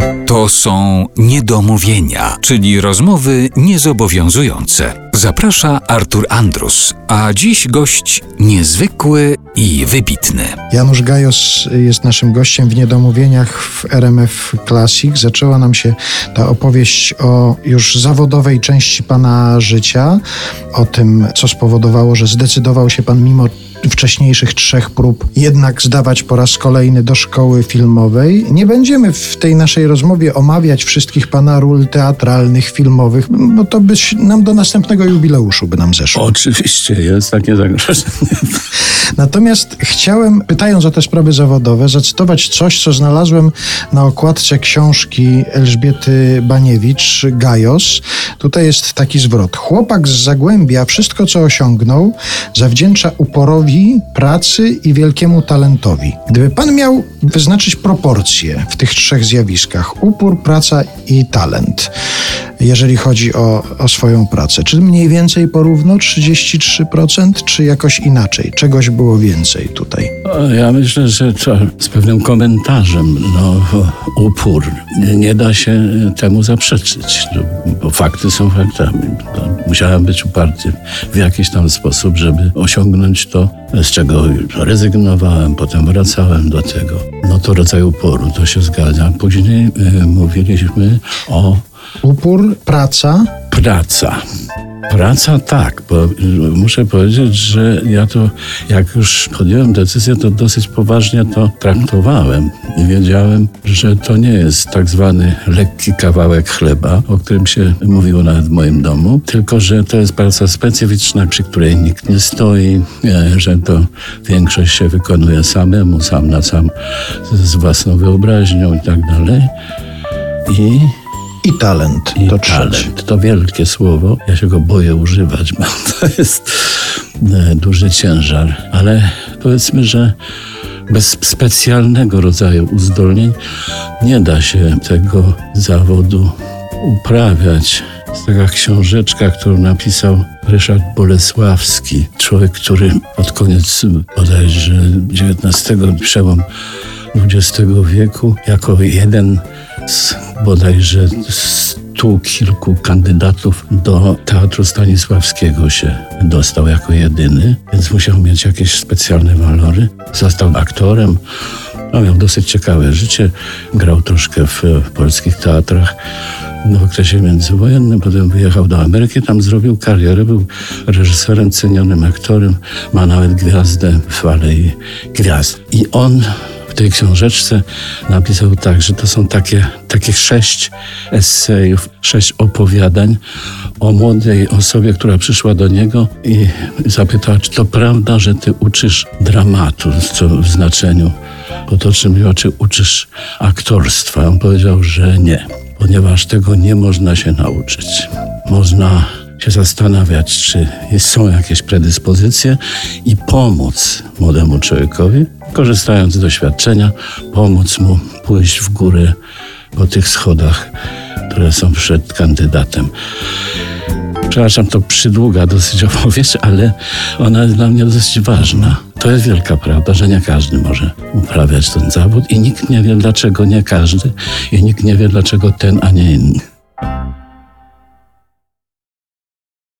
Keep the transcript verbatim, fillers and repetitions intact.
To są niedomówienia, czyli rozmowy niezobowiązujące. Zaprasza Artur Andrus, a dziś gość niezwykły i wybitny. Janusz Gajos jest naszym gościem w Niedomówieniach w R M F Classic. Zaczęła nam się ta opowieść o już zawodowej części pana życia, o tym, co spowodowało, że zdecydował się pan mimo wcześniejszych trzech prób jednak zdawać po raz kolejny do szkoły filmowej. Nie będziemy w tej naszej rozmowie omawiać wszystkich pana ról teatralnych, filmowych, bo to by nam do następnego jubileuszu by nam zeszło. Oczywiście, jest takie zagrożenie. Natomiast chciałem, pytając o te sprawy zawodowe, zacytować coś, co znalazłem na okładce książki Elżbiety Baniewicz, Gajos. Tutaj jest taki zwrot. Chłopak z Zagłębia wszystko, co osiągnął, zawdzięcza uporowi, pracy i wielkiemu talentowi. Gdyby pan miał wyznaczyć proporcje w tych trzech zjawiskach, upór, praca i talent, jeżeli chodzi o, o swoją pracę, czy mniej więcej porówno trzydzieści trzy procent, czy jakoś inaczej? Czegoś było więcej tutaj? Ja myślę, że to z pewnym komentarzem, no, upór. Nie, nie da się temu zaprzeczyć, no, bo fakty są faktami. No, musiałem być uparty w jakiś tam sposób, żeby osiągnąć to, z czego rezygnowałem, potem wracałem do tego. No to rodzaj uporu, to się zgadza. Później y, mówiliśmy o... Upór, praca. Praca. Praca tak, bo muszę powiedzieć, że ja to, jak już podjąłem decyzję, to dosyć poważnie to traktowałem i wiedziałem, że to nie jest tak zwany lekki kawałek chleba, o którym się mówiło nawet w moim domu, tylko że to jest praca specyficzna, przy której nikt nie stoi, że to większość się wykonuje samemu, sam na sam, z własną wyobraźnią i tak dalej. I... I talent. I to talent. trzecie. To wielkie słowo. Ja się go boję używać, bo to jest e, duży ciężar. Ale powiedzmy, że bez specjalnego rodzaju uzdolnień nie da się tego zawodu uprawiać. Jest taka książeczka, którą napisał Ryszard Bolesławski. Człowiek, który pod koniec bodajże dziewiętnastego, przełom dwudziestego wieku, jako jeden z bodajże stu kilku kandydatów do Teatru Stanisławskiego się dostał jako jedyny, więc musiał mieć jakieś specjalne walory. Został aktorem, no, miał dosyć ciekawe życie, grał troszkę w, w polskich teatrach w okresie międzywojennym, potem wyjechał do Ameryki, tam zrobił karierę, był reżyserem, cenionym aktorem, ma nawet gwiazdę w Alei Gwiazd. I on w tej książeczce napisał tak, że to są takie, takie sześć esejów, sześć opowiadań o młodej osobie, która przyszła do niego i zapytała, czy to prawda, że ty uczysz dramatu, co w znaczeniu potocznym, czy uczysz aktorstwa. On powiedział, że nie, ponieważ tego nie można się nauczyć. Można się zastanawiać, czy są jakieś predyspozycje i pomóc młodemu człowiekowi, korzystając z doświadczenia, pomóc mu pójść w górę po tych schodach, które są przed kandydatem. Przepraszam, to przydługa dosyć opowieść, ale ona jest dla mnie dosyć ważna. To jest wielka prawda, że nie każdy może uprawiać ten zawód i nikt nie wie, dlaczego nie każdy i nikt nie wie, dlaczego ten, a nie inny.